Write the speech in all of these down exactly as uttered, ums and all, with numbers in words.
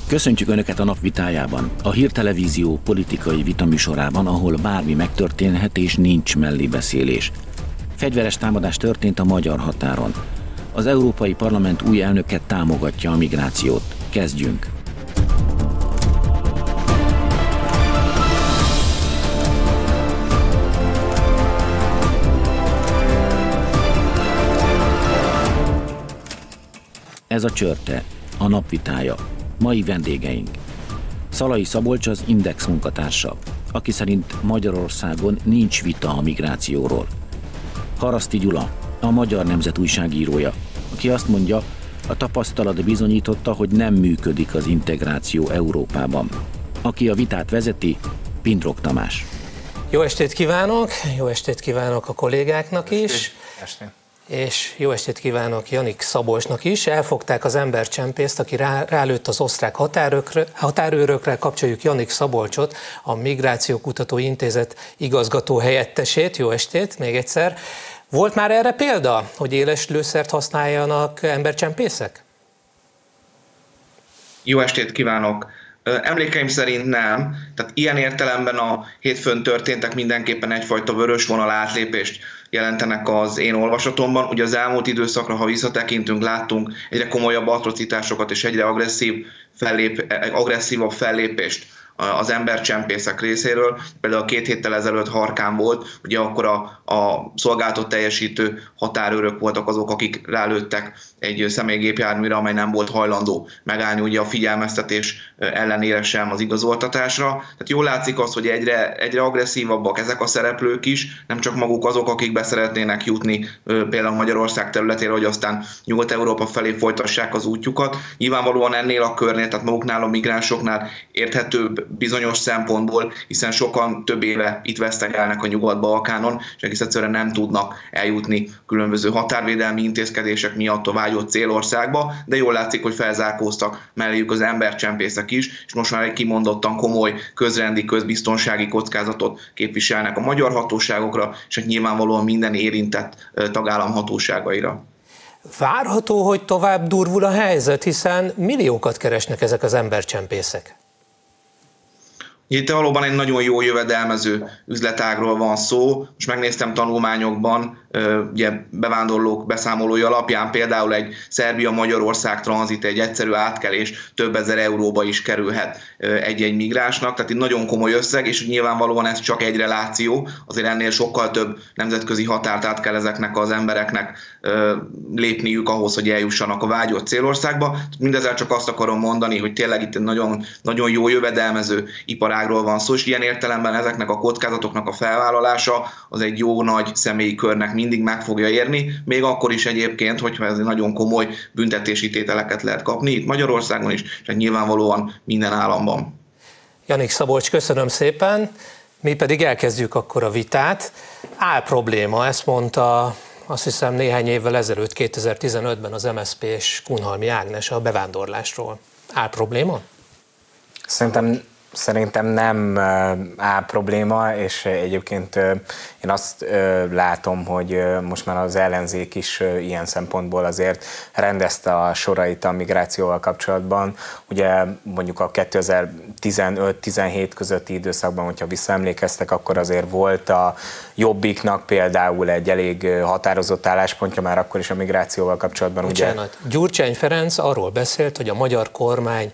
Köszöntjük Önöket a nap vitájában, a Hírtelevízió politikai vitaműsorában, ahol bármi megtörténhet és nincs mellébeszélés. Fegyveres támadás történt a magyar határon. Az Európai Parlament új elnöke támogatja a migrációt. Kezdjünk! Ez a Csörte, a nap vitája. Mai vendégeink. Szalai Szabolcs az Index munkatársa, aki szerint Magyarországon nincs vita a migrációról. Haraszti Gyula, a Magyar Nemzet újságírója, aki azt mondja, a tapasztalat bizonyította, hogy nem működik az integráció Európában. Aki a vitát vezeti, Pindrok Tamás. Jó estét kívánok, jó estét kívánok a kollégáknak is. Estét. És jó estét kívánok Janik Szabolcsnak is. Elfogták az embercsempészt, aki rá, rálőtt az osztrák határőrökre, határőrökre. Kapcsoljuk Janik Szabolcsot, a Migrációkutató Intézet igazgató helyettesét. Jó estét még egyszer. Volt már erre példa, hogy éles lőszert használjanak embercsempészek? Jó estét kívánok! Emlékeim szerint nem. Tehát ilyen értelemben a hétfőn történtek mindenképpen egyfajta vörös vonal átlépést jelentenek az én olvasatomban. Ugye az elmúlt időszakra, ha visszatekintünk, láttunk egyre komolyabb atrocitásokat és egyre agresszív fellép, agresszívabb fellépést az embercsempészek részéről. Például két héttel ezelőtt Harkán volt, ugye akkor a, a szolgálatot teljesítő határőrök voltak azok, akik rálőttek egy személygépjárműre, amely nem volt hajlandó megállni ugye a figyelmeztetés ellenére sem az igazoltatásra. Tehát jól látszik az, hogy egyre, egyre agresszívabbak ezek a szereplők is, nem csak maguk azok, akik be szeretnének jutni például Magyarország területére, hogy aztán Nyugat-Európa felé folytassák az útjukat. Nyilvánvalóan ennél a körnél, tehát maguknál a migránsoknál érthetőbb bizonyos szempontból, hiszen sokan több éve itt vesztegelnek a Nyugat-Balkánon, és egész egyszerűen nem tudnak eljutni különböző határvédelmi intézkedések miatt a vágyott célországba, de jól látszik, hogy felzárkóztak melléjük az embercsempészek is, és most már egy kimondottan komoly közrendi, közbiztonsági kockázatot képviselnek a magyar hatóságokra, és hát nyilvánvalóan minden érintett tagállam hatóságaira. Várható, hogy tovább durvul a helyzet, hiszen milliókat keresnek ezek az embercsempészek. Itt valóban egy nagyon jó jövedelmező üzletágról van szó. Most megnéztem tanulmányokban, ugye bevándorlók beszámolói alapján például egy Szerbia-Magyarország tranzit, egy egyszerű átkelés több ezer euróba is kerülhet egy-egy migránsnak. Tehát itt nagyon komoly összeg, és nyilvánvalóan ez csak egy reláció. Azért ennél sokkal több nemzetközi határt át kell ezeknek az embereknek lépniük ahhoz, hogy eljussanak a vágyott célországba. Mindezzel csak azt akarom mondani, hogy tényleg itt nagyon, nagyon jó jövedelmező iparágról van szó, és ilyen értelemben ezeknek a kockázatoknak a felvállalása az egy jó nagy személyi körnek mindig meg fogja érni, még akkor is egyébként, hogyha ez nagyon komoly büntetési tételeket lehet kapni, itt Magyarországon is, és nyilvánvalóan minden államban. Janik Szabolcs, köszönöm szépen, mi pedig elkezdjük akkor a vitát. Áll probléma, ezt mondta azt hiszem néhány évvel ezelőtt, kétezer-tizenötben az em es zé pés Kunhalmi Ágnes a bevándorlásról. Áll probléma? Szerintem Szerintem nem áll probléma, és egyébként én azt látom, hogy most már az ellenzék is ilyen szempontból azért rendezte a sorait a migrációval kapcsolatban. Ugye mondjuk a kétezer-tizenöt-tizenhét közötti időszakban, hogyha visszaemlékeztek, akkor azért volt a Jobbiknak például egy elég határozott álláspontja már akkor is a migrációval kapcsolatban. Bocsánat, ugye... Gyurcsány Ferenc arról beszélt, hogy a magyar kormány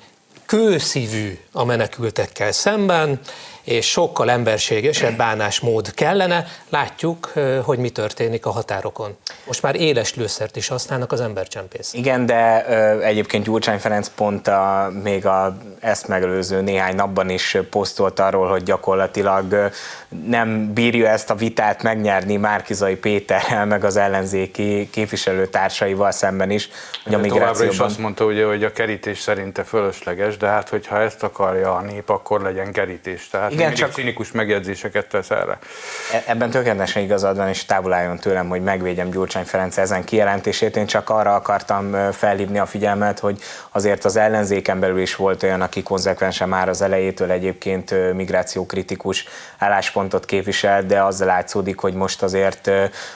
kőszívű a menekültekkel szemben, és sokkal emberségesebb bánásmód kellene. Látjuk, hogy mi történik a határokon. Most már éles lőszert is használnak az embercsempészek. Igen, de ö, egyébként Gyurcsány Ferenc pont a, még a, ezt megelőző néhány napban is posztolt arról, hogy gyakorlatilag ö, nem bírja ezt a vitát megnyerni Márki-Zay Péterrel, meg az ellenzéki képviselőtársaival szemben is, hogy a migrációban... Továbbra is azt mondta, ugye, hogy a kerítés szerinte fölösleges, de hát hogyha ezt akarja a nép, akkor legyen kerítés. Tehát igen, csak cinikus megjegyzéseket tesz erre. Ebben tökéletesen igazad van, és távol álljon tőlem, hogy megvédjem Gyurcsány Ferenc ezen kijelentését. Én csak arra akartam felhívni a figyelmet, hogy azért az ellenzéken belül is volt olyan, aki konzekvensen már az elejétől egyébként migrációkritikus álláspontot képvisel, de azzal látszódik, hogy most azért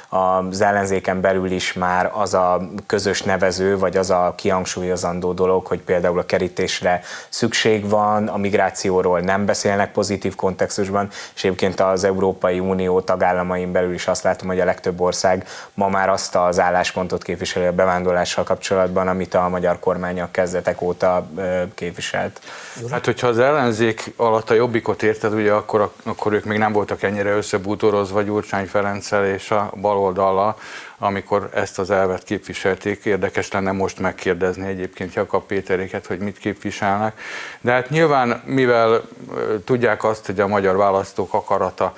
az ellenzéken belül is már az a közös nevező, vagy az a kihangsúlyozandó dolog, hogy például a kerítésre szükség van, a migrációról nem beszélnek pozitív kontextusban, és egyébként az Európai Unió tagállamain belül is azt látom, hogy a legtöbb ország ma már azt az álláspontot képviseli a bevándorlással kapcsolatban, amit a magyar kormány a kezdetek óta képviselt. Hát, hogyha az ellenzék alatt a Jobbikot érted, ugye akkor, akkor ők még nem voltak ennyire összebútorozva Gyurcsány Ferenccel és a baloldallal, amikor ezt az elvet képviselték. Érdekes lenne most megkérdezni egyébként Jakab Péteréket, hogy mit képviselnek. De hát nyilván, mivel tudják azt, hogy a magyar választók akarata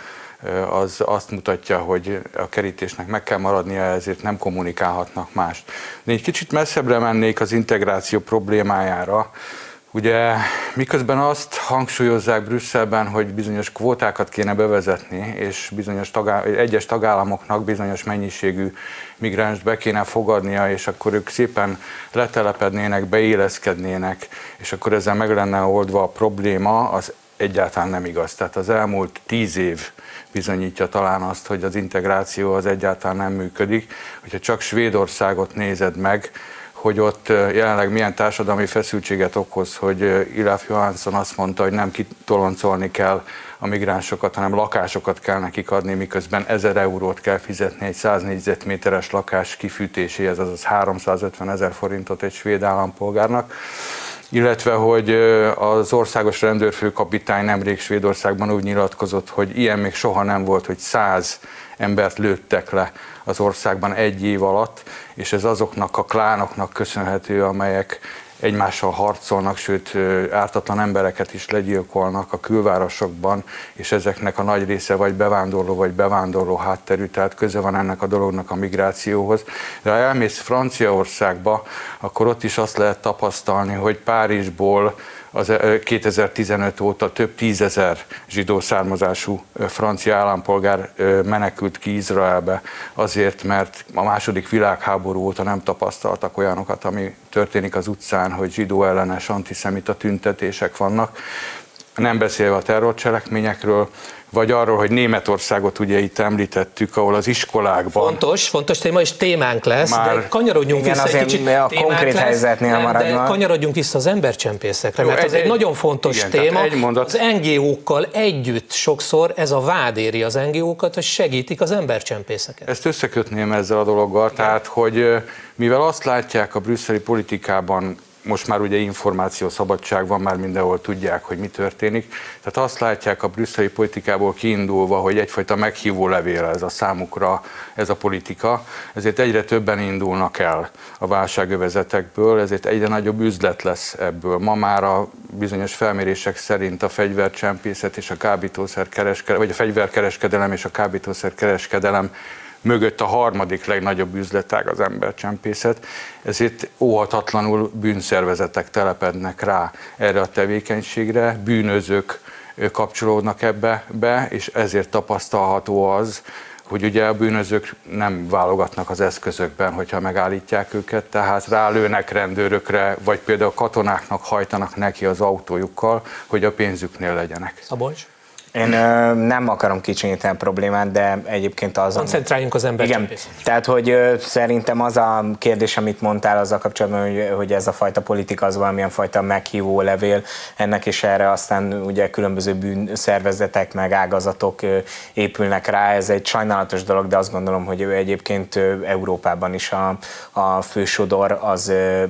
az azt mutatja, hogy a kerítésnek meg kell maradnia, ezért nem kommunikálhatnak mást. De egy kicsit messzebbre mennék az integráció problémájára. Ugye miközben azt hangsúlyozzák Brüsszelben, hogy bizonyos kvótákat kéne bevezetni, és bizonyos tagá- egyes tagállamoknak bizonyos mennyiségű migránst be kéne fogadnia, és akkor ők szépen letelepednének, beéleszkednének, és akkor ezzel meg lenne oldva a probléma, az egyáltalán nem igaz. Tehát az elmúlt tíz év bizonyítja talán azt, hogy az integráció az egyáltalán nem működik. Hogyha csak Svédországot nézed meg, hogy ott jelenleg milyen társadalmi feszültséget okoz, hogy Ilaf Johansson azt mondta, hogy nem kitoloncolni kell a migránsokat, hanem lakásokat kell nekik adni, miközben ezer eurót kell fizetni egy száz négyzetméteres lakás kifűtéséhez, azaz háromszázötven ezer forintot egy svéd állampolgárnak. Illetve, hogy az országos rendőrfőkapitány nemrég Svédországban úgy nyilatkozott, hogy ilyen még soha nem volt, hogy száz embert lőttek le az országban egy év alatt, és ez azoknak a klánoknak köszönhető, amelyek egymással harcolnak, sőt ártatlan embereket is legyilkolnak a külvárosokban, és ezeknek a nagy része vagy bevándorló, vagy bevándorló hátterű, tehát köze van ennek a dolognak a migrációhoz. De ha elmész Franciaországba, akkor ott is azt lehet tapasztalni, hogy Párizsból az kétezer-tizenöt óta több tízezer zsidó származású francia állampolgár menekült ki Izraelbe azért, mert a második világháború óta nem tapasztaltak olyanokat, ami történik az utcán, hogy zsidó ellenes antiszemita tüntetések vannak. Nem beszélve a terrorcselekményekről, vagy arról, hogy Németországot ugye itt említettük, ahol az iskolákban... Fontos, fontos téma, és témánk lesz, már, de kanyarodjunk igen, vissza egy kicsit. A konkrét lesz, helyzetnél nem, de kanyarodjunk vissza az embercsempészekre, mert az egy, egy nagyon fontos igen, téma. Mondat... Az en gé ó-kkal együtt sokszor ez a vád éri az en gé ó-kat, hogy segítik az embercsempészeket. Ezt összekötném ezzel a dologgal, igen. Tehát, hogy mivel azt látják a brüsszeli politikában, most már ugye információszabadság van, már mindenhol tudják, hogy mi történik. Tehát azt látják a brüsszeli politikából kiindulva, hogy egyfajta meghívó levél ez a számukra, ez a politika. Ezért egyre többen indulnak el a válságövezetekből, ezért egyre nagyobb üzlet lesz ebből. Ma már a bizonyos felmérések szerint a fegyvercsempészet és a kábítószerkereskedelem, vagy a fegyverkereskedelem és a kábítószerkereskedelem mögött a harmadik legnagyobb üzletág az embercsempészet, ezért óhatatlanul bűnszervezetek telepednek rá erre a tevékenységre, bűnözők kapcsolódnak ebbe be, és ezért tapasztalható az, hogy ugye a bűnözők nem válogatnak az eszközökben, hogyha megállítják őket, tehát rálőnek rendőrökre, vagy például katonáknak hajtanak neki az autójukkal, hogy a pénzüknél legyenek. Szabolcs? Én ö, nem akarom kicsinyíteni a problémát, de egyébként az... Koncentráljunk az embercsempészet. Igen, tehát hogy ö, szerintem az a kérdés, amit mondtál azzal kapcsolatban, hogy, hogy ez a fajta politika az valamilyen fajta meghívó levél, ennek is erre aztán ugye különböző bűnszervezetek meg ágazatok ö, épülnek rá, ez egy sajnálatos dolog, de azt gondolom, hogy egyébként ö, Európában is a, a fősodor az ö,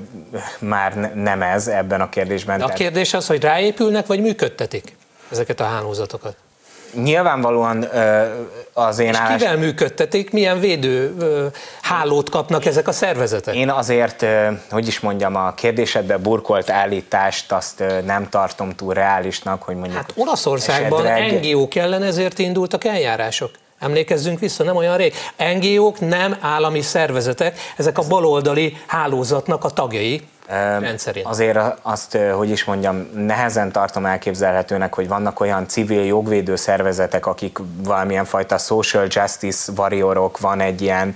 már nem ez ebben a kérdésben. De a kérdés az, hogy ráépülnek, vagy működtetik ezeket a hálózatokat? Nyilvánvalóan az én És állás... kivel működtetik, milyen védő hálót kapnak ezek a szervezetek? Én azért, hogy is mondjam, a kérdésedbe burkolt állítást azt nem tartom túl reálisnak, hogy mondjuk... Hát Olaszországban esedreg... en gé ó-k ellen ezért indultak eljárások. Emlékezzünk vissza, nem olyan rég. en gé ó-k nem állami szervezetek, ezek a baloldali hálózatnak a tagjai. Rendszerint. Azért azt, hogy is mondjam, nehezen tartom elképzelhetőnek, hogy vannak olyan civil jogvédő szervezetek, akik valamilyen fajta social justice warriorok, van egy ilyen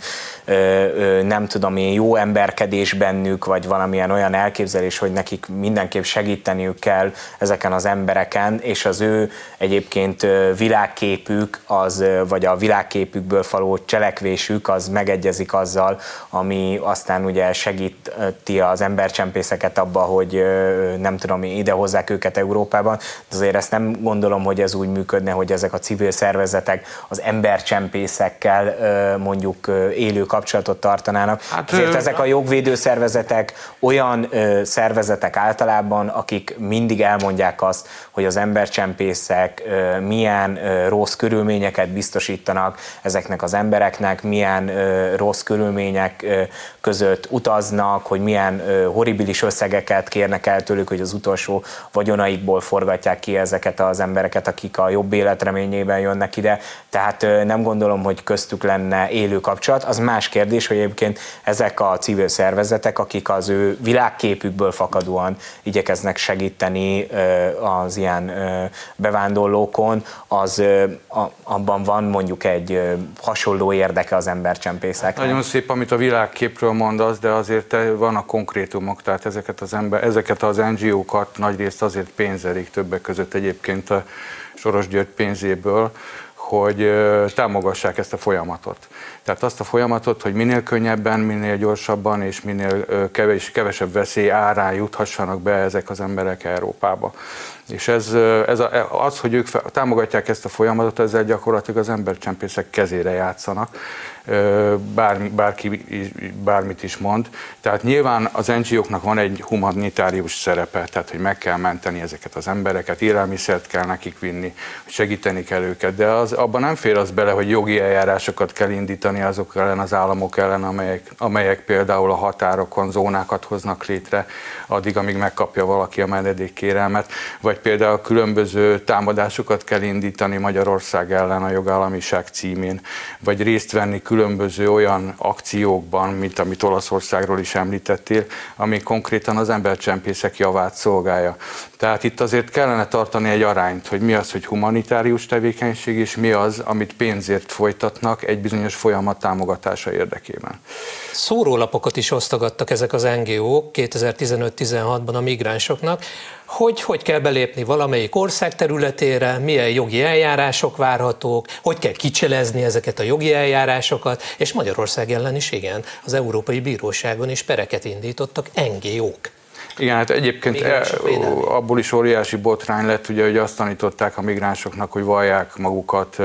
nem tudom én, jó emberkedés bennük, vagy valamilyen olyan elképzelés, hogy nekik mindenképp segíteniük kell ezeken az embereken, és az ő egyébként világképük, az, vagy a világképükből való cselekvésük, az megegyezik azzal, ami aztán ugye segíti az embercsempészet embercsempészeket abba, hogy nem tudom, idehozzák őket Európában, de azért ezt nem gondolom, hogy ez úgy működne, hogy ezek a civil szervezetek az embercsempészekkel mondjuk élő kapcsolatot tartanának. Hát, azért ezek a jogvédő szervezetek olyan szervezetek általában, akik mindig elmondják azt, hogy az embercsempészek milyen rossz körülményeket biztosítanak ezeknek az embereknek, milyen rossz körülmények között utaznak, hogy milyen horribilis összegeket kérnek el tőlük, hogy az utolsó vagyonaikból forgatják ki ezeket az embereket, akik a jobb életreményében jönnek ide. Tehát nem gondolom, hogy köztük lenne élő kapcsolat. Az más kérdés, hogy egyébként ezek a civil szervezetek, akik az ő világképükből fakadóan igyekeznek segíteni az ilyen bevándorlókon, az abban van mondjuk egy hasonló érdeke az embercsempészeknek. Nagyon szép, amit a világképről mondasz, de azért vannak konkrétumok, tehát ezeket az, ember, ezeket az en gé ó-kat nagyrészt azért pénzelik, többek között egyébként a Soros György pénzéből, hogy támogassák ezt a folyamatot. Tehát azt a folyamatot, hogy minél könnyebben, minél gyorsabban és minél kevés, kevesebb veszély árán juthassanak be ezek az emberek Európába. És ez, ez az, hogy ők támogatják ezt a folyamatot, ezzel gyakorlatilag az embercsempészek kezére játszanak, bármi, bárki bármit is mond. Tehát nyilván az en gé ó-knak van egy humanitárius szerepe, tehát hogy meg kell menteni ezeket az embereket, élelmiszert kell nekik vinni, segíteni kell őket, de az, abban nem fér az bele, hogy jogi eljárásokat kell indítani azok ellen az államok ellen, amelyek, amelyek például a határokon zónákat hoznak létre, addig, amíg megkapja valaki a menedékkérelmet, vagy például különböző támadásokat kell indítani Magyarország ellen a jogállamiság címén, vagy részt venni különböző olyan akciókban, mint amit Olaszországról is említettél, ami konkrétan az embercsempészek javát szolgálja. Tehát itt azért kellene tartani egy arányt, hogy mi az, hogy humanitárius tevékenység, és mi az, amit pénzért folytatnak egy bizonyos folyamat támogatása érdekében. Szórólapokat is osztogattak ezek az en gé ó-k kétezer-tizenöt-tizenhatban a migránsoknak, hogy hogy kell belépni valamelyik ország területére, milyen jogi eljárások várhatók, hogy kell kicselezni ezeket a jogi eljárásokat, és Magyarország ellen is igen, az Európai Bíróságon is pereket indítottak en gé ó-k. Igen, hát egyébként e, abból is óriási botrány lett, ugye, hogy azt tanították a migránsoknak, hogy vallják magukat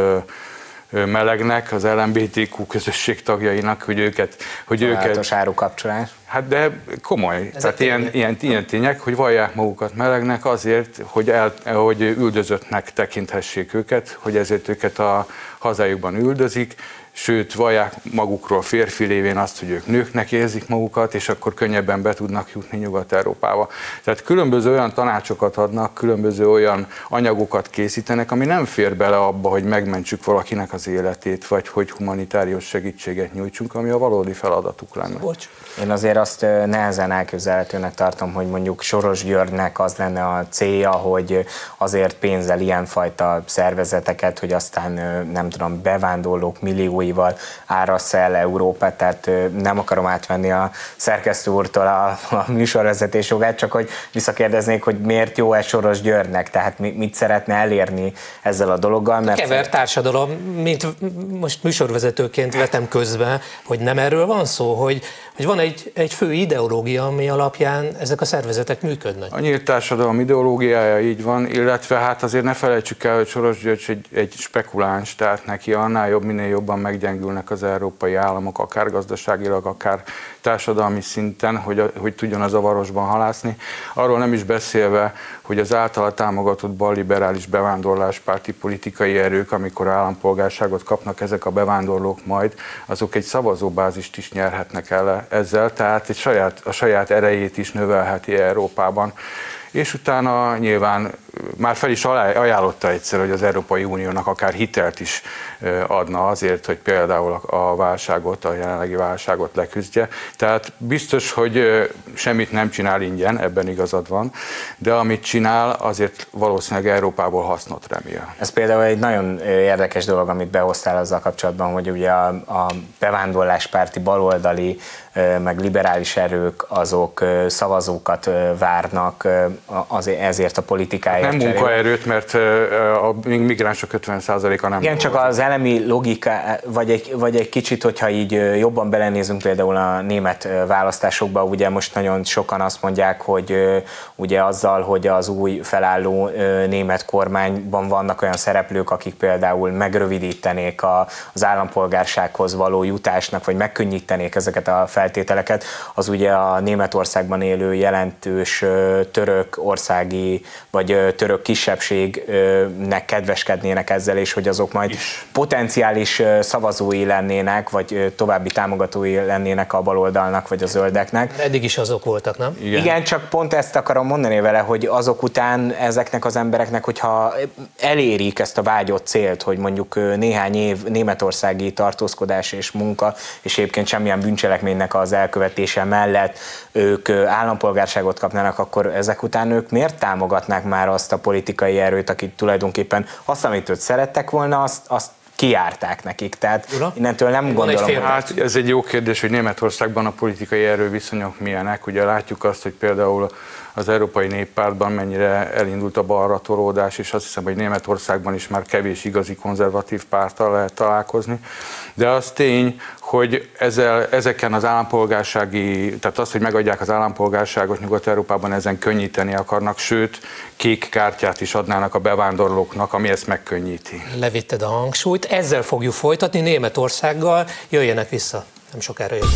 melegnek, az el em bé té kú közösség tagjainak, hogy őket... Hogy őket árukapcsolás. Hát de komoly, ez tehát ilyen, ilyen, ilyen tények, hogy vallják magukat melegnek azért, hogy, el, hogy üldözöttnek tekinthessék őket, hogy ezért őket a hazájukban üldözik, sőt, vallják magukról férfi lévén azt, hogy ők nőknek érzik magukat, és akkor könnyebben be tudnak jutni Nyugat-Európába. Tehát különböző olyan tanácsokat adnak, különböző olyan anyagokat készítenek, ami nem fér bele abba, hogy megmentsük valakinek az életét, vagy hogy humanitárius segítséget nyújtsunk, ami a valódi feladatuk lenne. Bocs. Én azért azt nehezen elképzelhetőnek tartom, hogy mondjuk Soros Györgynek az lenne a célja, hogy azért pénzzel ilyenfajta szervezeteket, hogy aztán nem tudom, bevándorlók millióival árassza el Európát, tehát nem akarom átvenni a szerkesztő úrtól a, a műsorvezetés jogát, csak hogy visszakérdeznék, hogy miért jó ez Soros Györgynek, tehát mit szeretne elérni ezzel a dologgal. Mert kever társadalom, mint most műsorvezetőként vetem közbe, hogy nem erről van szó, hogy, hogy van egy, egy fő ideológia, ami alapján ezek a szervezetek működnek. A nyílt társadalom ideológiája így van, illetve hát azért ne felejtsük el, hogy Soros György egy, egy spekuláns, tehát neki annál jobb, minél jobban meggyengülnek az európai államok, akár gazdaságilag, akár társadalmi szinten, hogy, hogy tudjon a zavarosban halászni. Arról nem is beszélve, hogy az általa támogatott balliberális bevándorláspárti politikai erők, amikor állampolgárságot kapnak ezek a bevándorlók majd, azok egy szavazóbázist is nyerhetnek el ezzel, tehát egy saját, a saját erejét is növelheti Európában. És utána nyilván már fel is ajánlotta egyszer, hogy az Európai Uniónak akár hitelt is adna azért, hogy például a válságot, a jelenlegi válságot leküzdje. Tehát biztos, hogy semmit nem csinál ingyen, ebben igazad van, de amit csinál, azért valószínűleg Európából hasznot remél. Ez például egy nagyon érdekes dolog, amit behoztál azzal kapcsolatban, hogy ugye a, a bevándorláspárti baloldali meg liberális erők azok szavazókat várnak azért a politikáért. Nem munkaerőt, mert a migránsok ötven százaléka nem. Igen, csak az elemi logika, vagy egy, vagy egy kicsit, hogyha így jobban belenézünk például a német választásokba, ugye most nagyon sokan azt mondják, hogy ugye azzal, hogy az új felálló német kormányban vannak olyan szereplők, akik például megrövidítenék az állampolgársághoz való jutásnak, vagy megkönnyítenék ezeket a feltételeket, az ugye a Németországban élő jelentős török országi, vagy török kisebbségnek kedveskednének ezzel, és hogy azok majd is potenciális szavazói lennének, vagy további támogatói lennének a baloldalnak, vagy a zöldeknek. Eddig is azok voltak, nem? Igen. Igen, csak pont ezt akarom mondani vele, hogy azok után ezeknek az embereknek, hogyha elérik ezt a vágyott célt, hogy mondjuk néhány év németországi tartózkodás és munka, és egyébként semmilyen bűncselekménynek az elkövetése mellett ők állampolgárságot kapnának, akkor ezek után ők miért támogatnák már azt a politikai erőt, akik tulajdonképpen azt, amit őt szerettek volna, azt, azt kijárták nekik. Tehát Ura? innentől nem gondolom, hogy... Hát ez egy jó kérdés, hogy Németországban a politikai erőviszonyok milyenek. Ugye látjuk azt, hogy például az Európai Néppártban mennyire elindult a balra tolódás, és azt hiszem, hogy Németországban is már kevés igazi konzervatív párttal lehet találkozni. De az tény, hogy ezzel, ezeken az állampolgársági, tehát az, hogy megadják az állampolgárságot Nyugat-Európában, ezen könnyíteni akarnak, sőt, kék kártyát is adnának a bevándorlóknak, ami ezt megkönnyíti. Levitted a hangsúlyt, ezzel fogjuk folytatni Németországgal, jöjjenek vissza, nem sokára jövünk.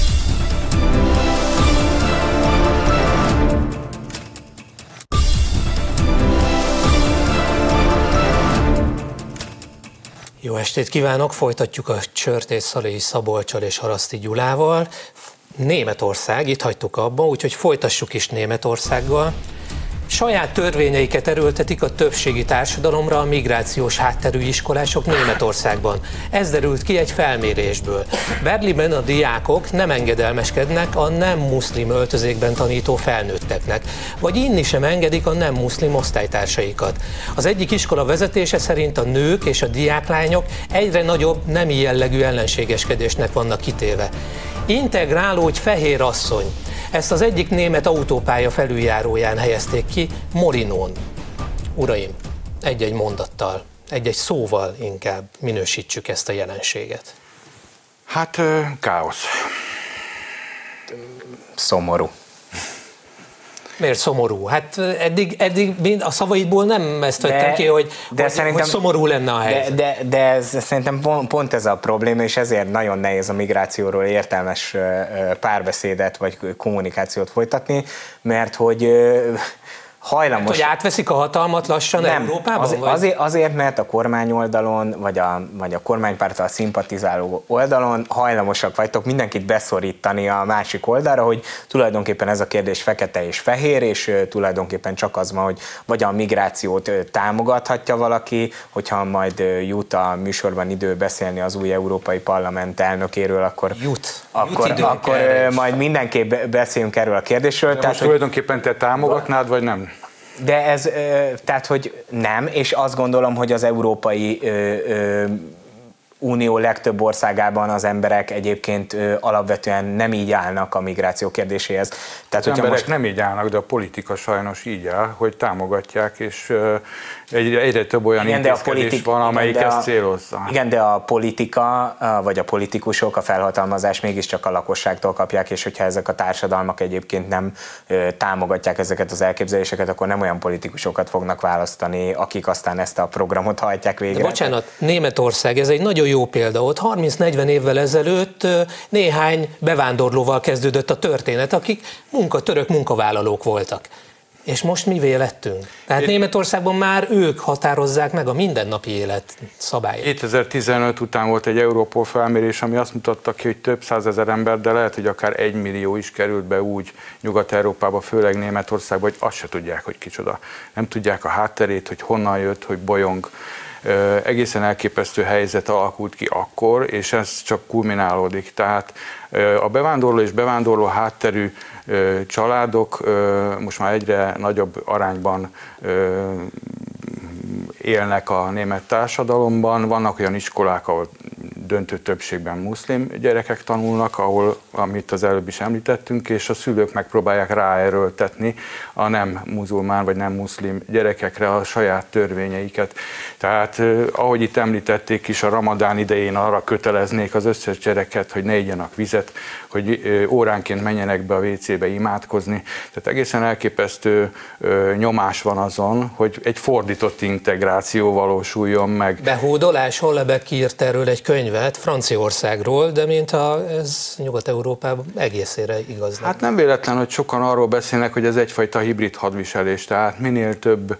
Jó estét kívánok, folytatjuk a Csörtész Szalai Szabolccsal és Haraszti Gyulával. Németország, itt hagytuk abba, úgyhogy folytassuk is Németországgal. Saját törvényeiket erőltetik a többségi társadalomra a migrációs hátterű iskolások Németországban. Ez derült ki egy felmérésből. Berlinben a diákok nem engedelmeskednek a nem muszlim öltözékben tanító felnőtteknek, vagy inni sem engedik a nem muszlim osztálytársaikat. Az egyik iskola vezetése szerint a nők és a diáklányok egyre nagyobb nemi jellegű ellenségeskedésnek vannak kitéve. Integrálódj fehér asszony! Ezt az egyik német autópálya felüljáróján helyezték ki, Molinón. Uraim, egy-egy mondattal, egy-egy szóval inkább minősítsük ezt a jelenséget. Hát, káosz. Szomorú. Miért szomorú? Hát eddig, eddig a szavaidból nem ezt vettem de, ki, hogy, de hogy, hogy szomorú lenne a helyzet. De, de, de ez, szerintem pont, pont ez a probléma, és ezért nagyon nehéz a migrációról értelmes párbeszédet vagy kommunikációt folytatni, mert hogy hajlamos... Hát, hogy átveszik a hatalmat lassan nem, Európában? Az, azért, azért, mert a kormány oldalon, vagy a, vagy a kormánypárttal szimpatizáló oldalon hajlamosak vagytok mindenkit beszorítani a másik oldalra, hogy tulajdonképpen ez a kérdés fekete és fehér, és tulajdonképpen csak az van, hogy vagy a migrációt támogathatja valaki, hogyha majd jut a műsorban idő beszélni az új Európai Parlament elnökéről, akkor, jut. akkor, jut akkor majd mindenképp beszéljünk erről a kérdésről. De tehát, most tulajdonképpen te támogatnád, vagy nem? De ez, tehát, hogy nem, és azt gondolom, hogy az Európai Unió legtöbb országában az emberek egyébként alapvetően nem így állnak a migráció kérdéséhez. Tehát, az emberek most... nem így állnak, de a politika sajnos így áll, hogy támogatják, és egyre, egyre több olyan igen, intézkedés politik... van, amelyik igen, ezt célozza. Igen, de a politika, vagy a politikusok a felhatalmazást mégiscsak a lakosságtól kapják, és hogyha ezek a társadalmak egyébként nem támogatják ezeket az elképzeléseket, akkor nem olyan politikusokat fognak választani, akik aztán ezt a programot hajtják végre. De bocsánat, Németország, ez egy nagyon jó példa. Ott harminc-negyven évvel ezelőtt néhány bevándorlóval kezdődött a történet, akik munka, török munkavállalók voltak. És most mivé lettünk? Tehát é... Németországban már ők határozzák meg a mindennapi élet szabályait. kétezer-tizenöt után volt egy Europol felmérés, ami azt mutatta ki, hogy több százezer ember, de lehet, hogy akár egy millió is került be úgy Nyugat-Európába, főleg Németországba, hogy azt se tudják, hogy kicsoda. Nem tudják a hátterét, hogy honnan jött, hogy bolyong. Egészen elképesztő helyzet alakult ki akkor, és ez csak kulminálódik. Tehát a bevándorló és bevándorló hátterű családok most már egyre nagyobb arányban élnek a német társadalomban. Vannak olyan iskolák, ahol döntő többségben muszlim gyerekek tanulnak, ahol, amit az előbb is említettünk, és a szülők megpróbálják ráerőltetni a nem muzulmán vagy nem muszlim gyerekekre a saját törvényeiket. Tehát ahogy itt említették is, a ramadán idején arra köteleznék az összes gyereket, hogy ne igyanak vizet, hogy óránként menjenek be a vécébe imádkozni. Tehát egészen elképesztő nyomás van azon, hogy egy fordított integráció valósuljon meg. Behódolás, Hollebek írt erről egy könyvet Franciaországról, de mint a, ez Nyugat-Európában egészére igaz. Hát nem véletlen, hogy sokan arról beszélnek, hogy ez egyfajta hibrid hadviselés, tehát minél több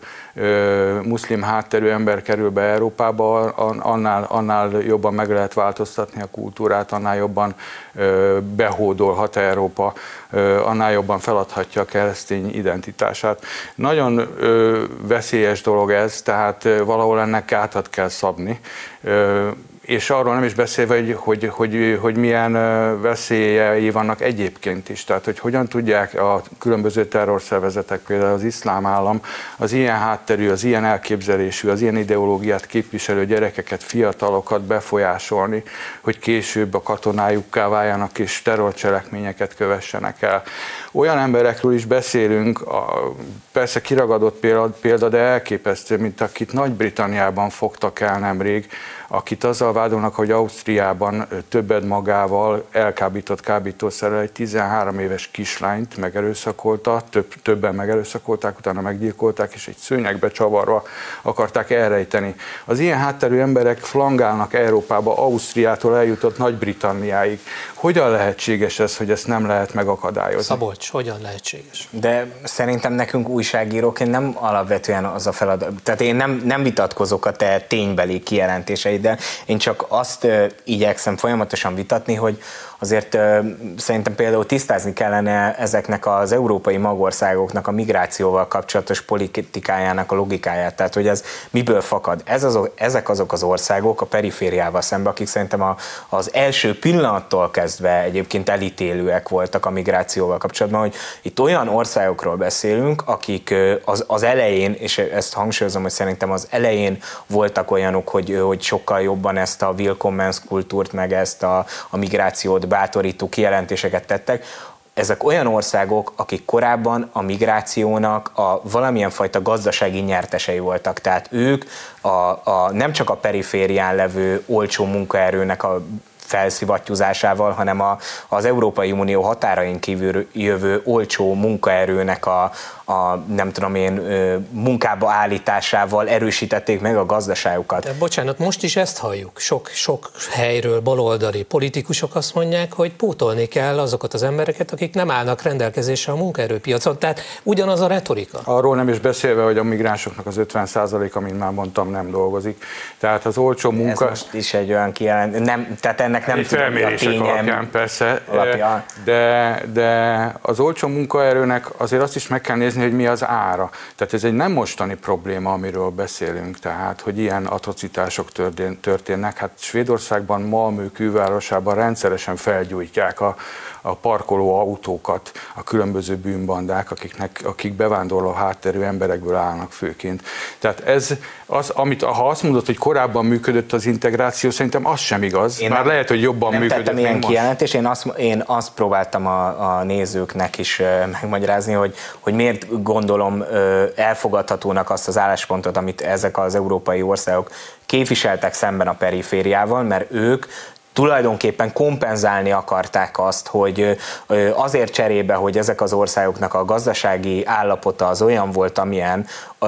ö, muszlim hátterű ember kerül be Európába, annál, annál jobban meg lehet változtatni a kultúrát, annál jobban ö, behódolhat Európa, ö, annál jobban feladhatja a keresztény identitását. Nagyon ö, veszélyes dolog ez, tehát ö, valahol ennek gátat kell szabni. Ö, és arról nem is beszélve, hogy, hogy, hogy, hogy milyen veszélyei vannak egyébként is. Tehát, hogy hogyan tudják a különböző terrorszervezetek, például az iszlám állam, az ilyen hátterű, az ilyen elképzelésű, az ilyen ideológiát képviselő gyerekeket, fiatalokat befolyásolni, hogy később a katonájukká váljanak és terrorcselekményeket kövessenek el. Olyan emberekről is beszélünk, persze kiragadott példa, de elképesztő, mint akit Nagy-Britanniában fogtak el nemrég, akit azzal vádolnak, hogy Ausztriában többed magával elkábított kábítószerrel egy tizenhárom éves kislányt megerőszakolta, több, többen megerőszakolták, utána meggyilkolták, és egy szőnyegbe csavarva akarták elrejteni. Az ilyen hátterű emberek flangálnak Európába, Ausztriától eljutott Nagy-Britanniáig. Hogyan lehetséges ez, hogy ezt nem lehet megakadályozni? Szabolcs, hogyan lehetséges? De szerintem nekünk újságíróként nem alapvetően az a feladat, tehát én nem, nem vitatkozok a te ténybeli kijelentéseiddel, én csak azt uh, igyekszem folyamatosan vitatni, hogy azért uh, szerintem például tisztázni kellene ezeknek az európai magországoknak a migrációval kapcsolatos politikájának a logikáját, tehát hogy ez miből fakad. Ez azok, ezek azok az országok a perifériával szemben, akik szerintem a, az első pillanattól kezdve egyébként elítélőek voltak a migrációval kapcsolatban, hogy itt olyan országokról beszélünk, akik az, az elején, és ezt hangsúlyozom, hogy szerintem az elején voltak olyanok, hogy, hogy sokkal jobban ezt a willkommens kultúrt, meg ezt a, a migrációt bátorító kijelentéseket tettek. Ezek olyan országok, akik korábban a migrációnak a valamilyen fajta gazdasági nyertesei voltak. Tehát ők a, a, nem csak a periférián levő olcsó munkaerőnek a felszivattyúzásával, hanem a, az Európai Unió határain kívül jövő olcsó munkaerőnek a, a nem tudom én munkába állításával erősítették meg a gazdaságukat. De bocsánat, most is ezt halljuk. Sok, sok helyről baloldali politikusok azt mondják, hogy pótolni kell azokat az embereket, akik nem állnak rendelkezésre a munkaerőpiacon. Tehát ugyanaz a retorika. Arról nem is beszélve, hogy a migránsoknak az ötven százaléka, mint már mondtam, nem dolgozik. Tehát az olcsó munka... Ez most is egy olyan kijelent... Nem, tehát ennek nem egy felmérések alapján persze, alapján. De, de az olcsó munkaerőnek azért azt is meg kell nézni, hogy mi az ára. Tehát ez egy nem mostani probléma, amiről beszélünk, tehát hogy ilyen atrocitások történnek. Hát Svédországban, Malmö külvárosában rendszeresen felgyújtják a, a parkoló autókat a különböző bűnbandák, akiknek, akik bevándorló hátterű emberekből állnak főként. Tehát ez az, amit, ha azt mondod, hogy korábban működött az integráció, szerintem az sem igaz. Én Már nem, lehet, hogy jobban nem működött, tettem ilyen kijelentés, én azt, én azt próbáltam a, a nézőknek is megmagyarázni, hogy, hogy miért gondolom elfogadhatónak azt az álláspontot, amit ezek az európai országok képviseltek szemben a perifériával, mert ők tulajdonképpen kompenzálni akarták azt, hogy azért cserébe, hogy ezek az országoknak a gazdasági állapota az olyan volt, amilyen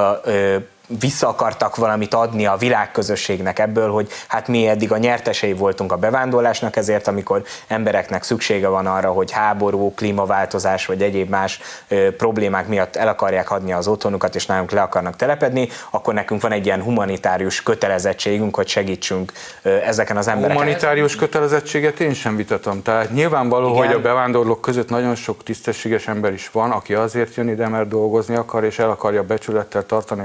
vissza akartak valamit adni a világközösségnek ebből, hogy hát mi eddig a nyertesei voltunk a bevándorlásnak, ezért amikor embereknek szüksége van arra, hogy háború, klímaváltozás vagy egyéb más ö, problémák miatt el akarják adni az otthonukat és nálunk le akarnak telepedni, akkor nekünk van egy ilyen humanitárius kötelezettségünk, hogy segítsünk ö, ezeken az embereken. Humanitárius kötelezettséget én sem vitatom. Tehát nyilvánvaló, igen, hogy a bevándorlók között nagyon sok tisztességes ember is van, aki azért jön ide, mert dolgozni akar és el akarja becsülettel tartani a családját,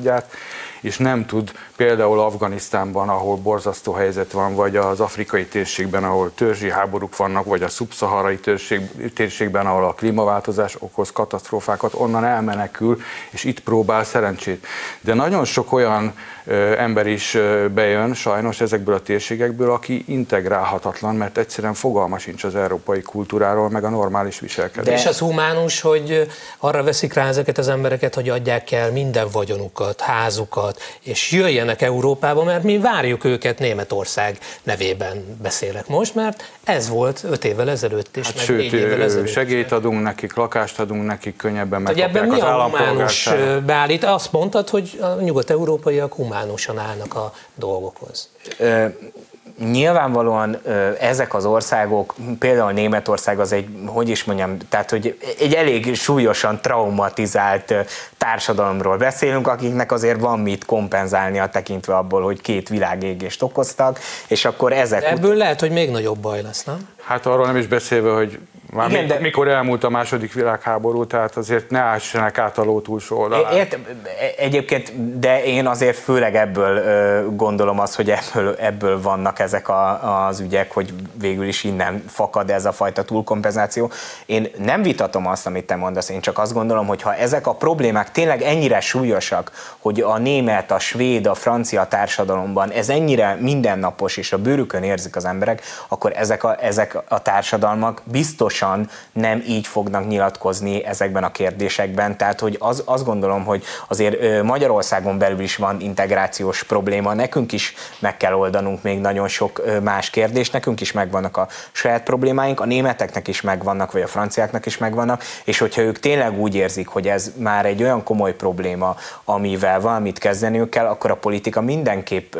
családját, és nem tud például Afganisztánban, ahol borzasztó helyzet van, vagy az afrikai térségben, ahol törzsi háborúk vannak, vagy a szubszaharai térség, térségben, ahol a klímaváltozás okoz katasztrófákat, onnan elmenekül, és itt próbál szerencsét. De nagyon sok olyan ö, ember is ö, bejön sajnos ezekből a térségekből, aki integrálhatatlan, mert egyszerűen fogalma sincs az európai kultúráról, meg a normális viselkedésről. De és az humánus, hogy arra veszik rá ezeket az embereket, hogy adják el minden vagyonukat, házukat, és jöjjenek Európába, mert mi várjuk őket, Németország nevében beszélek most, mert ez volt öt évvel ezelőtt is, hát meg sőt, négy évvel ezelőtt. segélyt adunk nekik, lakást adunk nekik, könnyebben megkapják az az humánus állampolgárságot. beállít? Azt mondtad, hogy a nyugat-európaiak humánusan állnak a dolgokhoz. Ö, Nyilvánvalóan ezek az országok, például Németország az egy, hogy is mondjam, tehát hogy egy elég súlyosan traumatizált társadalomról beszélünk, akiknek azért van mit kompenzálnia tekintve abból, hogy két világégést okoztak, és akkor ezek... De ebből lehet, hogy még nagyobb baj lesz, nem? Hát arról nem is beszélve, hogy már igen, mikor, de... mikor elmúlt a második világháború, tehát azért ne ássanak át a ló túlsó oldalán. Értem, egyébként, de én azért főleg ebből gondolom azt, hogy ebből, ebből vannak ezek a, az ügyek, hogy végül is innen fakad ez a fajta túlkompenzáció. Én nem vitatom azt, amit te mondasz, én csak azt gondolom, hogy ha ezek a problémák tényleg ennyire súlyosak, hogy a német, a svéd, a francia társadalomban ez ennyire mindennapos és a bőrükön érzik az emberek, akkor ezek a, ezek a társadalmak biztosan nem így fognak nyilatkozni ezekben a kérdésekben. Tehát, hogy az, azt gondolom, hogy azért Magyarországon belül is van integrációs probléma, nekünk is meg kell oldanunk még nagyon sok más kérdést, nekünk is megvannak a saját problémáink, a németeknek is megvannak, vagy a franciáknak is megvannak, és hogyha ők tényleg úgy érzik, hogy ez már egy olyan komoly probléma, amivel valamit kezdeniük kell, akkor a politika mindenképp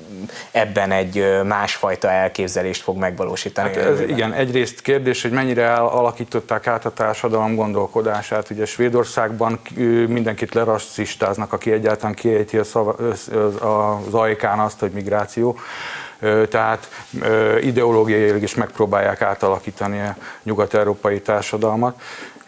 ebben egy másfajta elképzelést fog megvalósítani. Hát ez, igen, egyrészt kérdés, hogy mennyire alakították át a társadalom gondolkodását. Ugye Svédországban mindenkit lerasszistáznak, aki egyáltalán kiejti a szava, az ajkán azt, hogy migráció. Tehát ideológiailag is megpróbálják átalakítani a nyugat-európai társadalmat.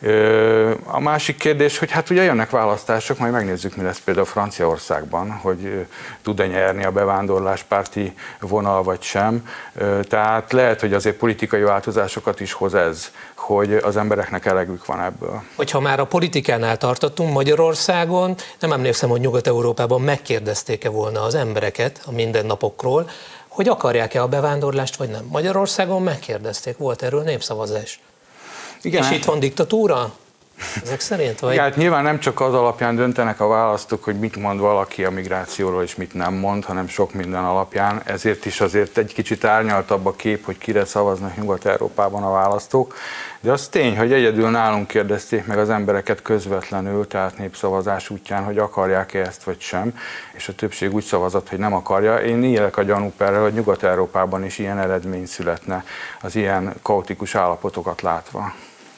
A másik kérdés, hogy hát ugye jönnek választások, majd megnézzük, mi lesz például Franciaországban, hogy tud-e nyerni a bevándorláspárti vonal vagy sem. Tehát lehet, hogy azért politikai változásokat is hoz ez, hogy az embereknek elegük van ebből. Hogyha már a politikánál tartottunk Magyarországon, nem emlékszem, hogy Nyugat-Európában megkérdezték-e volna az embereket a mindennapokról, hogy akarják-e a bevándorlást, vagy nem. Magyarországon megkérdezték, volt erről népszavazás. Igen, és itt van diktatúra? Ezek szerint? Vagy? Igen, hát nyilván nem csak az alapján döntenek a választók, hogy mit mond valaki a migrációról, és mit nem mond, hanem sok minden alapján. Ezért is azért egy kicsit árnyaltabb a kép, hogy kire szavaznak Nyugat-Európában a választók. De az tény, hogy egyedül nálunk kérdezték meg az embereket közvetlenül, tehát népszavazás útján, hogy akarják-e ezt vagy sem, és a többség úgy szavazott, hogy nem akarja. Én élek a gyanúperrel, hogy Nyugat-Európában is ilyen eredmény születne az ilyen kaotikus állapotokat látva.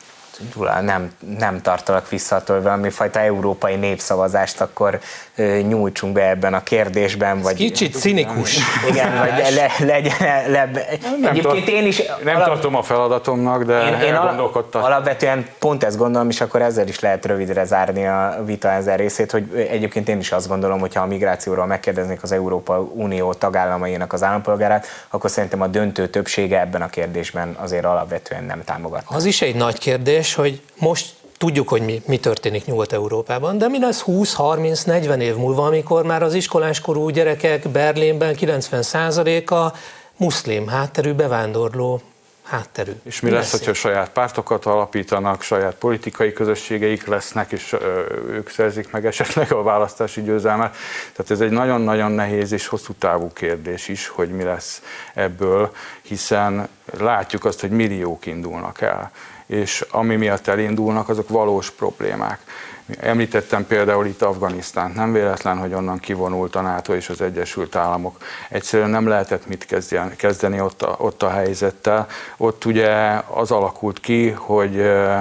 Nem, nem tartalak vissza attól, hogy valami fajta európai népszavazást akkor ö, nyújtsunk be ebben a kérdésben. Vagy, kicsit cinikus. Igen, vagy le, legyen... Le, nem egyébként tart, én is... Nem alap, tartom a feladatomnak, de én, én elgondolkodtam. Alapvetően pont ezt gondolom, és akkor ezzel is lehet rövidre zárni a vita ezen részét, hogy egyébként én is azt gondolom, hogy ha a migrációról megkérdeznék az Európai Unió tagállamainak az állampolgárát, akkor szerintem a döntő többsége ebben a kérdésben azért alapvetően nem támogatna. Az is egy nagy kérdés, hogy most tudjuk, hogy mi, mi történik Nyugat-Európában, de mi lesz húsz, harminc, negyven év múlva, amikor már az iskoláskorú gyerekek Berlinben kilencven százaléka muszlim hátterű, bevándorló hátterű. És mi, mi lesz, lesz hogyha saját pártokat alapítanak, saját politikai közösségeik lesznek, és ö, ők szerzik meg esetleg a választási győzelmet. Tehát ez egy nagyon-nagyon nehéz és hosszú távú kérdés is, hogy mi lesz ebből, hiszen látjuk azt, hogy milliók indulnak el, és ami miatt elindulnak, azok valós problémák. Említettem például itt Afganisztánt, nem véletlen, hogy onnan kivonult a NATO és az Egyesült Államok. Egyszerűen nem lehetett mit kezdeni ott a, ott a helyzettel. Ott ugye az alakult ki, hogy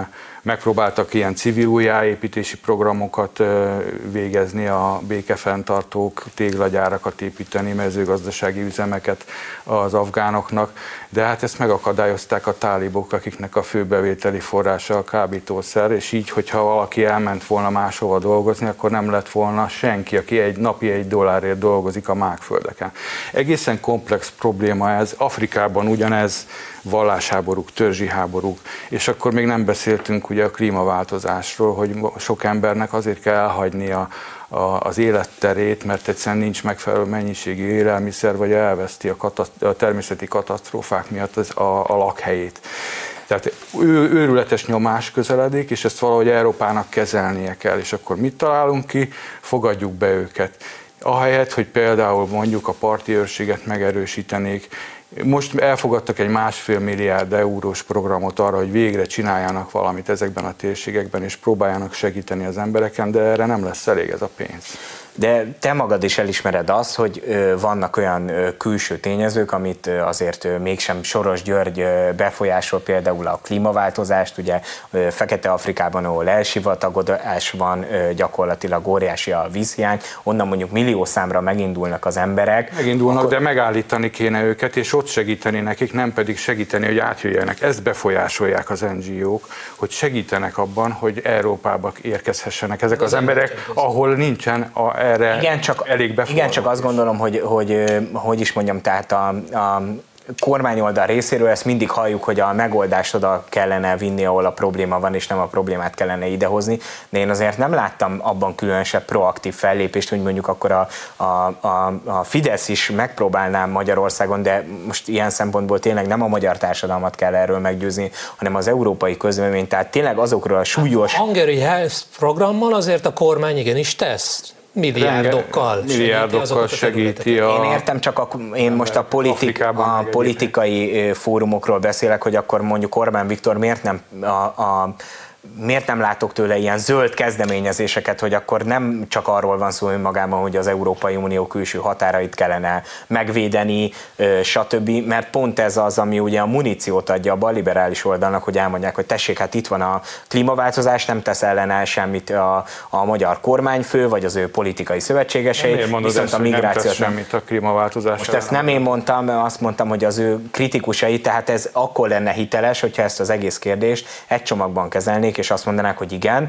megpróbáltak ilyen civil újjáépítési programokat végezni, a békefenntartók, téglagyárakat építeni, mezőgazdasági üzemeket az afgánoknak, de hát ezt megakadályozták a tálibok, akiknek a fő bevételi forrása a kábítószer, és így, hogyha valaki elment volna máshova dolgozni, akkor nem lett volna senki, aki egy napi egy dollárért dolgozik a mágföldeken. Egészen komplex probléma ez, Afrikában ugyanez, vallásháborúk, törzsi háborúk, és akkor még nem beszéltünk ugye a klímaváltozásról, hogy sok embernek azért kell elhagynia a, az életterét, mert egyszerűen nincs megfelelő mennyiségű élelmiszer, vagy elveszti a, kataszt- a természeti katasztrófák miatt az, a, a lakhelyét. Tehát ő, őrületes nyomás közeledik, és ezt valahogy Európának kezelnie kell, és akkor mit találunk ki? Fogadjuk be őket. Ahelyett, hogy például mondjuk a parti őrséget megerősítenék, most elfogadtak egy másfél milliárd eurós programot arra, hogy végre csináljanak valamit ezekben a térségekben, és próbáljanak segíteni az embereken, de erre nem lesz elég ez a pénz. De te magad is elismered azt, hogy vannak olyan külső tényezők, amit azért mégsem Soros György befolyásol, például a klímaváltozást, ugye Fekete-Afrikában, ahol elsivatagodás van, gyakorlatilag óriási a vízhiány, onnan mondjuk millió számra megindulnak az emberek. Megindulnak, akkor... de megállítani kéne őket, és ott segíteni nekik, nem pedig segíteni, hogy átjöjjenek. Ezt befolyásolják az en gé ók, hogy segítenek abban, hogy Európába érkezhessenek ezek az, az emberek, ahol nincsen a erre igen, csak, elég befogadó. Igen, csak azt gondolom, hogy hogy, hogy is mondjam, tehát a, a kormányoldal részéről ezt mindig halljuk, hogy a megoldást oda kellene vinni, ahol a probléma van, és nem a problémát kellene idehozni, de én azért nem láttam abban különösebb proaktív fellépést, hogy mondjuk akkor a, a, a, a Fidesz is megpróbálná Magyarországon, de most ilyen szempontból tényleg nem a magyar társadalmat kell erről meggyőzni, hanem az európai közvéleményt, tehát tényleg azokról a súlyos... A Hungary Health programmal azért a kormány igenis tesz. Milliárdokkal, milliárdokkal segíti a... Én értem, csak a, én most a, politik, a politikai fórumokról beszélek, hogy akkor mondjuk Orbán Viktor miért nem a, a miért nem látok tőle ilyen zöld kezdeményezéseket, hogy akkor nem csak arról van szó önmagában, hogy az Európai Unió külső határait kellene megvédeni, stb., mert pont ez az, ami ugye a muníciót adja a balliberális oldalnak, hogy elmondják, hogy tessék, hát itt van a klímaváltozás, nem tesz ellene semmit a, a magyar kormányfő, vagy az ő politikai szövetségesei. Miért mondod viszont ezt, a migrációt nem tesz semmit a klímaváltozás? Most ezt nem én mondtam, azt mondtam, hogy az ő kritikusai, tehát ez akkor lenne hiteles, hogyha ezt az egész kérdést egy csomagban kezelnék, és azt mondanák, hogy igen,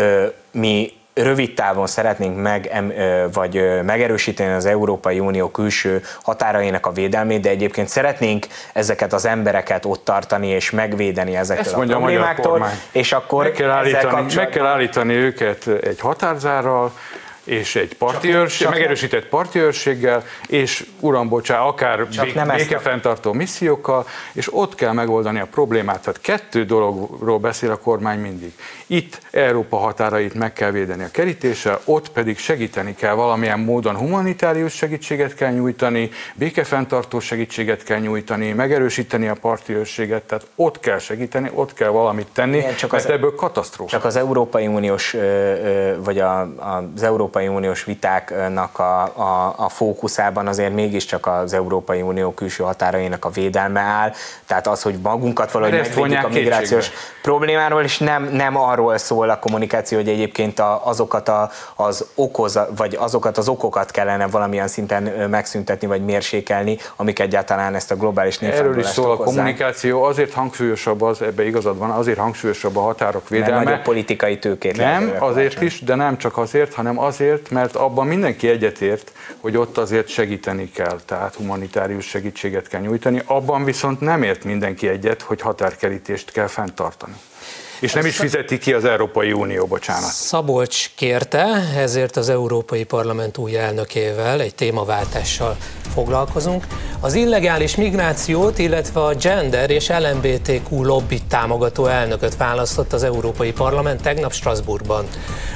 mi rövid távon szeretnénk meg, vagy megerősíteni az Európai Unió külső határainak a védelmét, de egyébként szeretnénk ezeket az embereket ott tartani és megvédeni ezektől a problémáktól, és akkor meg kell, állítani, kapcsolatban... meg kell állítani őket egy határzárral, és egy parti őrség, megerősített parti őrséggel, és uram, bocsá, akár békefenntartó missziókkal, és ott kell megoldani a problémát. Tehát kettő dologról beszél a kormány mindig. Itt Európa határait meg kell védeni a kerítéssel, ott pedig segíteni kell valamilyen módon, humanitárius segítséget kell nyújtani, békefenntartó segítséget kell nyújtani, megerősíteni a parti őrséget, tehát ott kell segíteni, ott kell valamit tenni, igen, csak mert az, ebből katasztrófa. Csak az Európai Uniós, vagy a, az Európai Uniós vitáknak a, a, a fókuszában azért mégiscsak az Európai Unió külső határainak a védelme áll, tehát az, hogy magunkat valahogy megvédjük a migrációs problémáról, és nem, nem arról szól a kommunikáció, hogy egyébként a, azokat, a, az okoz, vagy azokat az okokat kellene valamilyen szinten megszüntetni, vagy mérsékelni, amik egyáltalán ezt a globális népvándorlást okozzák. Erről is szól a kommunikáció, azért hangsúlyosabb az, ebbe igazad van, azért hangsúlyosabb a határok védelme. Mert nagyobb politikai tőkét. Nem, azért is, de nem csak azért, hanem azért, mert abban mindenki egyetért, hogy ott azért segíteni kell, tehát humanitárius segítséget kell nyújtani, abban viszont nem ért mindenki egyet, hogy határkerítést kell fenntartani. És nem is fizeti ki az Európai Unió, bocsánat. Szabolcs kérte, ezért az Európai Parlament új elnökével egy témaváltással foglalkozunk. Az illegális migrációt, illetve a gender és el em bé té kú lobbit támogató elnököt választott az Európai Parlament tegnap Strasbourgban.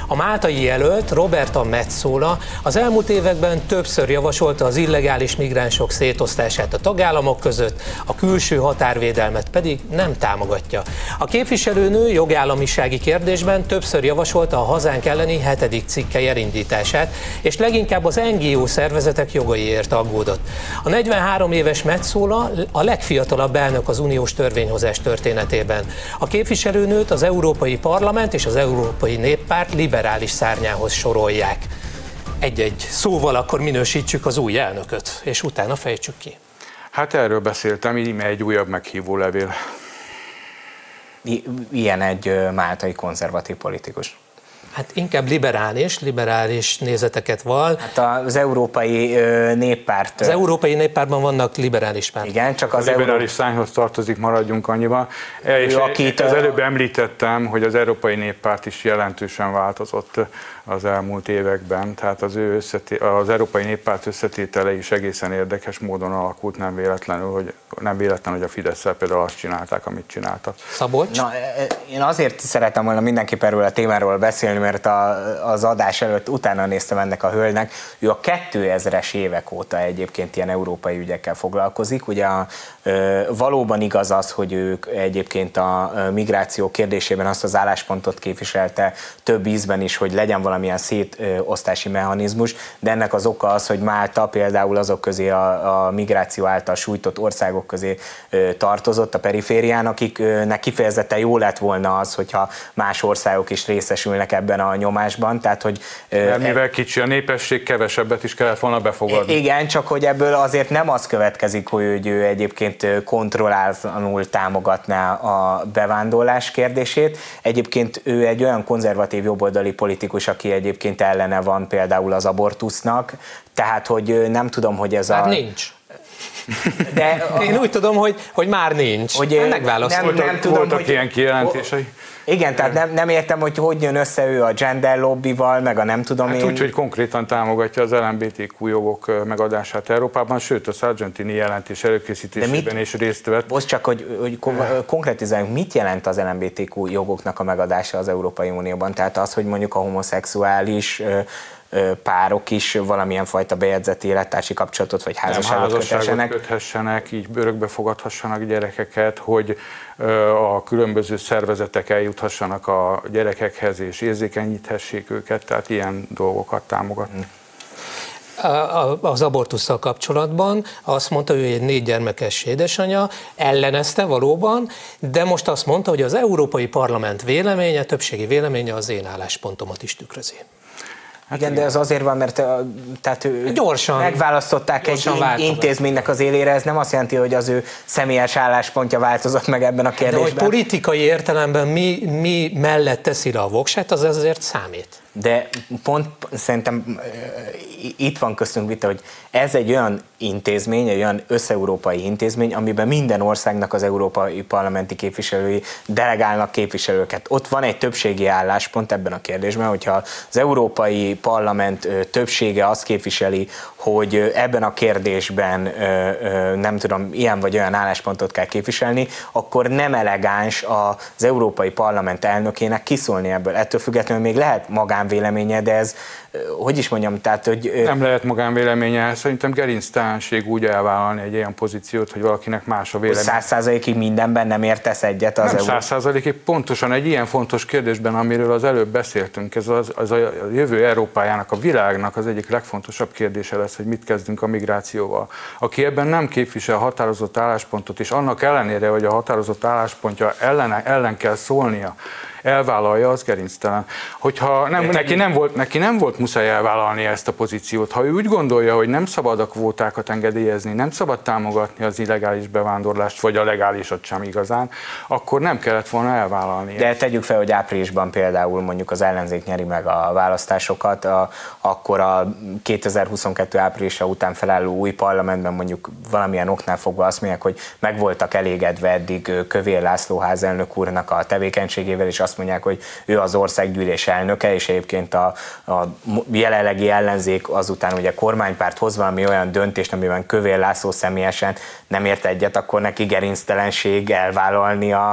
A máltai jelölt, Roberta Metsola az elmúlt években többször javasolta az illegális migránsok szétosztását a tagállamok között, a külső határvédelmet pedig nem támogatja. A képviselőnő jogállamisági kérdésben többször javasolta a hazánk elleni hetedik cikke elindítását, és leginkább az en gé o szervezetek jogaiért aggódott. A negyvenhárom éves Metsola a legfiatalabb elnök az uniós törvényhozás történetében. A képviselőnőt az Európai Parlament és az Európai Néppárt liberális szárnyához sorolják. Egy-egy szóval akkor minősítsük az új elnököt, és utána fejtsük ki. Hát erről beszéltem, íme egy újabb meghívó levél. I- ilyen egy máltai konzervatív politikus. Hát inkább liberális, liberális nézeteket val. Hát az Európai Néppárt... Az Európai Néppártban vannak liberális pártok. Igen, csak az a liberális Euró... szányhoz tartozik, maradjunk annyiban. És akit az a... előbb említettem, hogy az Európai Néppárt is jelentősen változott az elmúlt években, tehát az, ő összeté... az Európai Néppárt összetétele is egészen érdekes módon alakult, nem véletlenül, hogy, nem véletlen, hogy a Fidesz-szel például azt csinálták, amit csináltak. Szabolcs? Na, én azért szeretem volna mindenképp erről a témáról beszélni, mert a, az adás előtt utána néztem ennek a hölgynek. Ő a kétezres évek óta egyébként ilyen európai ügyekkel foglalkozik. Ugye a, valóban igaz az, hogy ők egyébként a migráció kérdésében azt az álláspontot képviselte több ízben is, hogy legyen valamilyen szétosztási mechanizmus, de ennek az oka az, hogy Málta például azok közé a, a migráció által sújtott országok közé tartozott a periférián, akiknek kifejezetten jó lett volna az, hogyha más országok is részesülnek ebben a nyomásban. Tehát, hogy, Mert mivel kicsi a népesség, kevesebbet is kellett volna befogadni. Igen, csak hogy ebből azért nem az következik, hogy ő egyébként kontrollálatlanul támogatná a bevándorlás kérdését. Egyébként ő egy olyan konzervatív jobboldali politikus, aki egyébként ellene van például az abortusznak, tehát hogy nem tudom, hogy ez Már a... nincs. De Én úgy tudom, hogy, hogy már nincs. Hogy megválaszoltak. nem, nem tudom, voltak hogy... ilyen kijelentései? Igen, tehát nem, nem értem, hogy hogy jön össze ő a gender lobbival, meg a nem tudom Hát én... úgy, hogy konkrétan támogatja az el em bé té kú jogok megadását Európában, sőt a Sargentini jelentés előkészítésében is részt vett. Most csak, hogy, hogy konkrétizáljunk, mit jelent az el em bé té kú jogoknak a megadása az Európai Unióban? Tehát az, hogy mondjuk a homoszexuális párok is valamilyen fajta bejegyzett élettársi kapcsolatot vagy házasságot köthessenek. köthessenek, így örökbe fogadhassanak gyerekeket, hogy a különböző szervezetek eljuthassanak a gyerekekhez és érzékenyíthessék őket, tehát ilyen dolgokat támogatni. Az abortusszal kapcsolatban azt mondta, hogy egy négy gyermekes édesanyja, ellenezte valóban, de most azt mondta, hogy az Európai Parlament véleménye, többségi véleménye az én álláspontomat is tükrözi. Hát igen, de ez azért van, mert tehát ő gyorsan, megválasztották gyorsan egy változott. intézménynek az élére, ez nem azt jelenti, hogy az ő személyes álláspontja változott meg ebben a kérdésben. De hogy politikai értelemben mi, mi mellett teszi le a voksát, az azért számít. De pont szerintem itt van köztünk vita, hogy ez egy olyan intézmény, egy olyan összeurópai intézmény, amiben minden országnak az európai parlamenti képviselői delegálnak képviselőket. Ott van egy többségi álláspont ebben a kérdésben, hogyha az Európai Parlament többsége azt képviseli, hogy ebben a kérdésben nem tudom, ilyen vagy olyan álláspontot kell képviselni, akkor nem elegáns az Európai Parlament elnökének kiszólni ebből. Ettől függetlenül még lehet magánvéleménye, de ez, hogy is mondjam, tehát, hogy... Nem lehet magánvéleménye, szerintem gerinctelenség úgy elvállalni egy ilyen pozíciót, hogy valakinek más a vélemény. Száz százalékig mindenben nem értesz egyet az Nem száz százalékig, pontosan egy ilyen fontos kérdésben, amiről az előbb beszéltünk, ez az, az a jövő Európájának, a világnak az egyik legfontosabb kérdése lesz, hogy mit kezdünk a migrációval. Aki ebben nem képvisel a határozott álláspontot, és annak ellenére, hogy a határozott álláspontja ellen, ellen kell szólnia, elvállalja, az gerinctelen. Hogyha nem, neki, nem volt, neki nem volt muszáj elvállalni ezt a pozíciót, ha ő úgy gondolja, hogy nem szabad a kvótákat engedélyezni, nem szabad támogatni az illegális bevándorlást, vagy a legálisat sem igazán, akkor nem kellett volna elvállalni. De ezt. Tegyük fel, hogy áprilisban például mondjuk az ellenzék nyeri meg a választásokat, a, akkor a kétezer-huszonkettő áprilisa után felálló új parlamentben mondjuk valamilyen oknál fogva azt mondják, hogy meg voltak elégedve eddig Kövér László házelnök úrnak a tevékenységével, és azt mondják, hogy ő az országgyűlés elnöke, és egyébként a, a jelenlegi ellenzék azután ugye kormánypárt hoz valami olyan döntést, amiben Kövér László személyesen nem ért egyet, akkor neki gerinctelenség elvállalni a,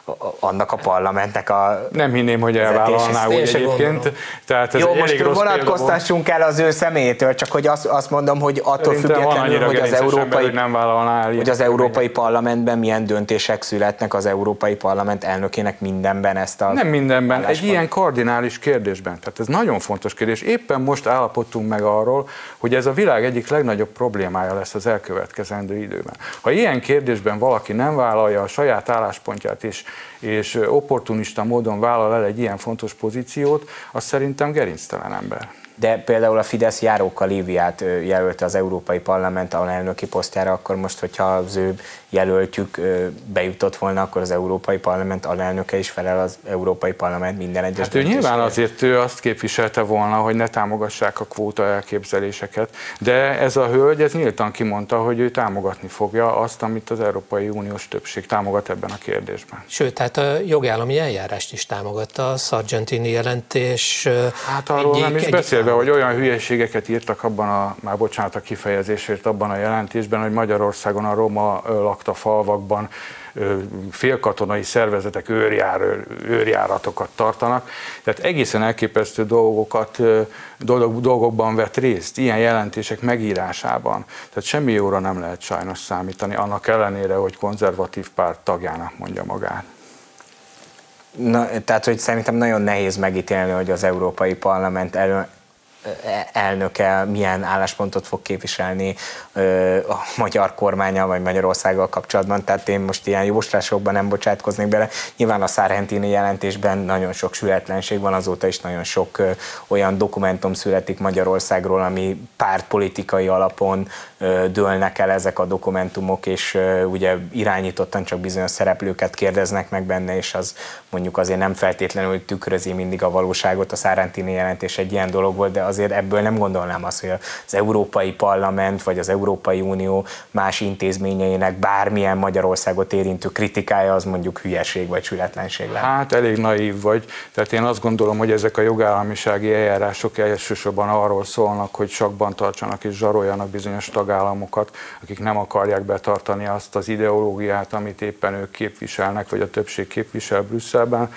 annak a parlamentnek a... Nem hinném, hogy elvállalná úgy egyébként. Tehát ez jó, egy most vonatkoztassunk el az ő személyétől, csak hogy azt, azt mondom, hogy attól Szerintem függetlenül, hogy az, európai, ember, hogy nem vállalná el hogy az Európai Parlamentben milyen döntések születnek az Európai Parlament elnökének mindenben ezt a... Nem mindenben, egy ilyen kardinális kérdésben. Tehát ez nagyon fontos kérdés. Éppen most állapodtunk meg arról, hogy ez a világ egyik legnagyobb problémája lesz az elkövetkezendő időben. Ha ilyen kérdésben valaki nem vállalja a saját álláspontját és, és opportunista módon vállal el egy ilyen fontos pozíciót, az szerintem gerinctelen ember. De például a Fidesz Járóka Líviát jelölte az Európai Parlament alelnöki posztjára, akkor most, hogyha az ő jelöltjük bejutott volna, akkor az Európai Parlament alelnöke is felel az Európai Parlament minden egyes hát ő nyilván azért ő azt képviselte volna, hogy ne támogassák a kvóta elképzeléseket, de ez a hölgy, ez nyíltan kimondta, hogy ő támogatni fogja azt, amit az Európai Uniós többség támogat ebben a kérdésben. Sőt, tehát a jogállami eljárást is támogatta, a Sargentini jelentés. Hát arról egyik, nem is beszélve, hogy olyan hülyeségeket írtak abban a, már bocsánat a kifejezésért, abban a jelentésben, hogy Magyarországon a roma lakta falvakban félkatonai szervezetek őrjár, őrjáratokat tartanak. Tehát egészen elképesztő dolgokat, dolog, dolgokban vett részt, ilyen jelentések megírásában. Tehát semmi jóra nem lehet sajnos számítani, annak ellenére, hogy konzervatív párt tagjának mondja magát. Na, tehát, hogy szerintem nagyon nehéz megítélni, hogy az Európai Parlament elő elnöke milyen álláspontot fog képviselni a magyar kormánnyal vagy Magyarországgal kapcsolatban, tehát én most ilyen jóslásokban nem bocsátkoznék bele. Nyilván a Sargentini jelentésben nagyon sok sületlenség van, azóta is nagyon sok olyan dokumentum születik Magyarországról, ami pártpolitikai alapon dőlnek el ezek a dokumentumok, és ugye irányítottan csak bizonyos szereplőket kérdeznek meg benne, és az mondjuk azért nem feltétlenül tükrözi mindig a valóságot. A Sargentini jelentés egy ilyen dolog volt, de azért ebből nem gondolnám azt, hogy az Európai Parlament vagy az Európai Unió más intézményeinek bármilyen Magyarországot érintő kritikája az mondjuk hülyeség vagy sületlenség lenne. Hát elég naív vagy. Tehát én azt gondolom, hogy ezek a jogállamisági eljárások elsősorban arról szólnak, hogy sakban tartsanak és zsaroljanak bizonyos tagállamokat, akik nem akarják betartani azt az ideológiát, amit éppen ők képviselnek, vagy a többség képvisel Brüsszelben.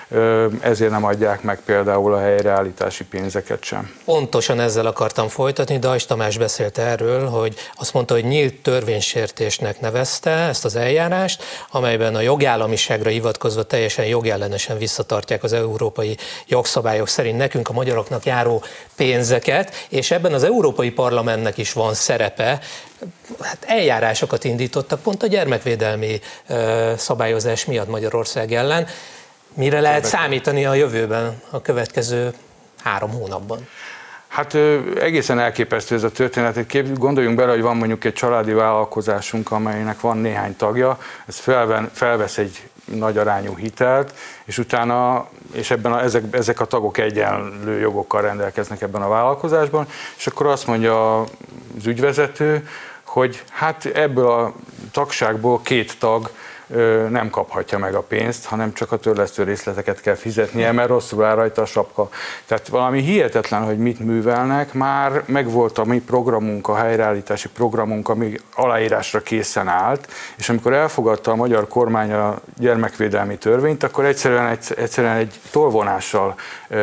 Ezért nem adják meg például a helyreállítási pénzeket sem. Pontosan ezzel akartam folytatni, Dajs Tamás beszélt erről, hogy azt mondta, hogy nyílt törvénysértésnek nevezte ezt az eljárást, amelyben a jogállamiságra hivatkozva teljesen jogellenesen visszatartják az európai jogszabályok szerint nekünk, a magyaroknak járó pénzeket, és ebben az Európai Parlamentnek is van szerepe. Hát eljárásokat indítottak pont a gyermekvédelmi szabályozás miatt Magyarország ellen. Mire lehet számítani a jövőben, a következő három hónapban? Hát egészen elképesztő ez a történet. Gondoljunk bele, hogy van mondjuk egy családi vállalkozásunk, amelynek van néhány tagja, ez felven, felvesz egy nagy arányú hitelt, és utána, és ebben a, ezek, ezek a tagok egyenlő jogokkal rendelkeznek ebben a vállalkozásban, és akkor azt mondja az ügyvezető, hogy hát ebből a tagságból két tag nem kaphatja meg a pénzt, hanem csak a törlesztő részleteket kell fizetnie, mert rosszul áll rajta a sapka. Tehát valami hihetetlen, hogy mit művelnek, már megvolt a mi programunk, a helyreállítási programunk, ami aláírásra készen állt, és amikor elfogadta a magyar kormány a gyermekvédelmi törvényt, akkor egyszerűen egy, egyszerűen egy tolvonással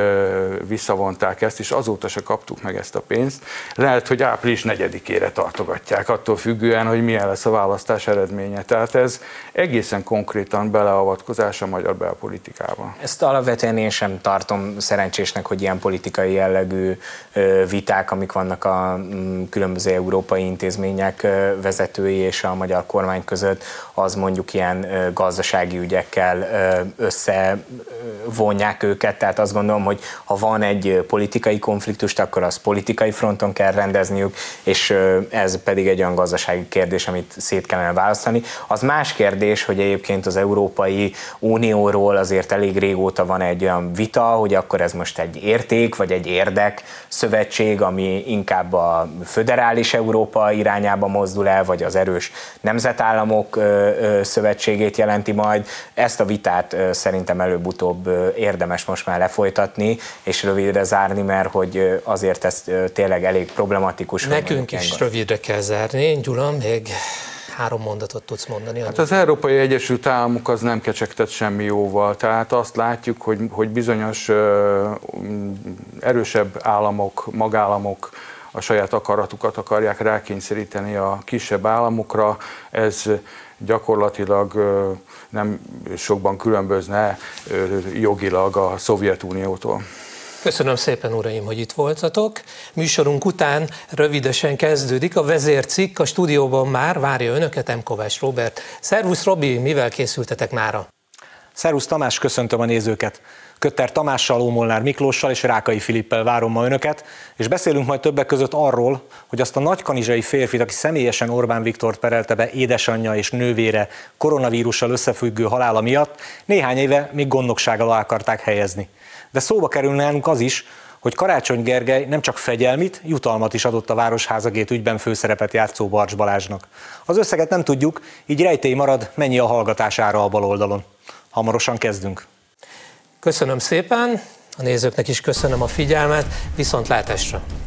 ö, visszavonták ezt, és azóta se kaptuk meg ezt a pénzt. Lehet, hogy április negyedikére tartogatják, attól függően, hogy milyen lesz a választás eredménye. Tehát ez egészen konkrétan beleavatkozás a magyar belpolitikában. Ezt alapvetően én sem tartom szerencsésnek, hogy ilyen politikai jellegű viták, amik vannak a különböző európai intézmények vezetői és a magyar kormány között, az mondjuk ilyen gazdasági ügyekkel összevonják őket. Tehát azt gondolom, hogy ha van egy politikai konfliktust, akkor az politikai fronton kell rendezniük, és ez pedig egy olyan gazdasági kérdés, amit szét kellene választani. Az más kérdés, hogy egyébként az Európai Unióról azért elég régóta van egy olyan vita, hogy akkor ez most egy érték, vagy egy érdek szövetség, ami inkább a föderális Európa irányába mozdul el, vagy az erős nemzetállamok szövetségét jelenti majd. Ezt a vitát szerintem előbb-utóbb érdemes most már lefolytatni, és rövidre zárni, mert hogy azért ez tényleg elég problematikus. Nekünk is rövidre kell zárni, Gyula, még... három mondatot tudsz mondani? Hát az Európai Egyesült Államok az nem kecsegtet semmi jóval, tehát azt látjuk, hogy, hogy bizonyos ö, erősebb államok, magállamok a saját akaratukat akarják rákényszeríteni a kisebb államokra, ez gyakorlatilag ö, nem sokban különbözne ö, jogilag a Szovjetuniótól. Köszönöm szépen, uraim, hogy itt voltatok. Műsorunk után rövidesen kezdődik a vezércikk, a stúdióban már várja önöket em. Kovács Róbert. Szervusz Robi, mivel készültetek mára? Szervusz Tamás, köszöntöm a nézőket. Kötter Tamással, Ómolnár Miklóssal és Rákai Filippel várom ma önöket, és beszélünk majd többek között arról, hogy azt a nagykanizsai férfit, aki személyesen Orbán Viktort perelte be édesanyja és nővére koronavírussal összefüggő halála miatt, néhány éve még gondnokság alá akarták helyezni. De szóba kerül nálunk az is, hogy Karácsony Gergely nem csak fegyelmit, jutalmat is adott a Városházagét ügyben főszerepet játszó Barcs Balázsnak. Az összeget nem tudjuk, így rejtély marad, mennyi a hallgatására a baloldalon. Hamarosan kezdünk. Köszönöm szépen, a nézőknek is köszönöm a figyelmet, viszontlátásra!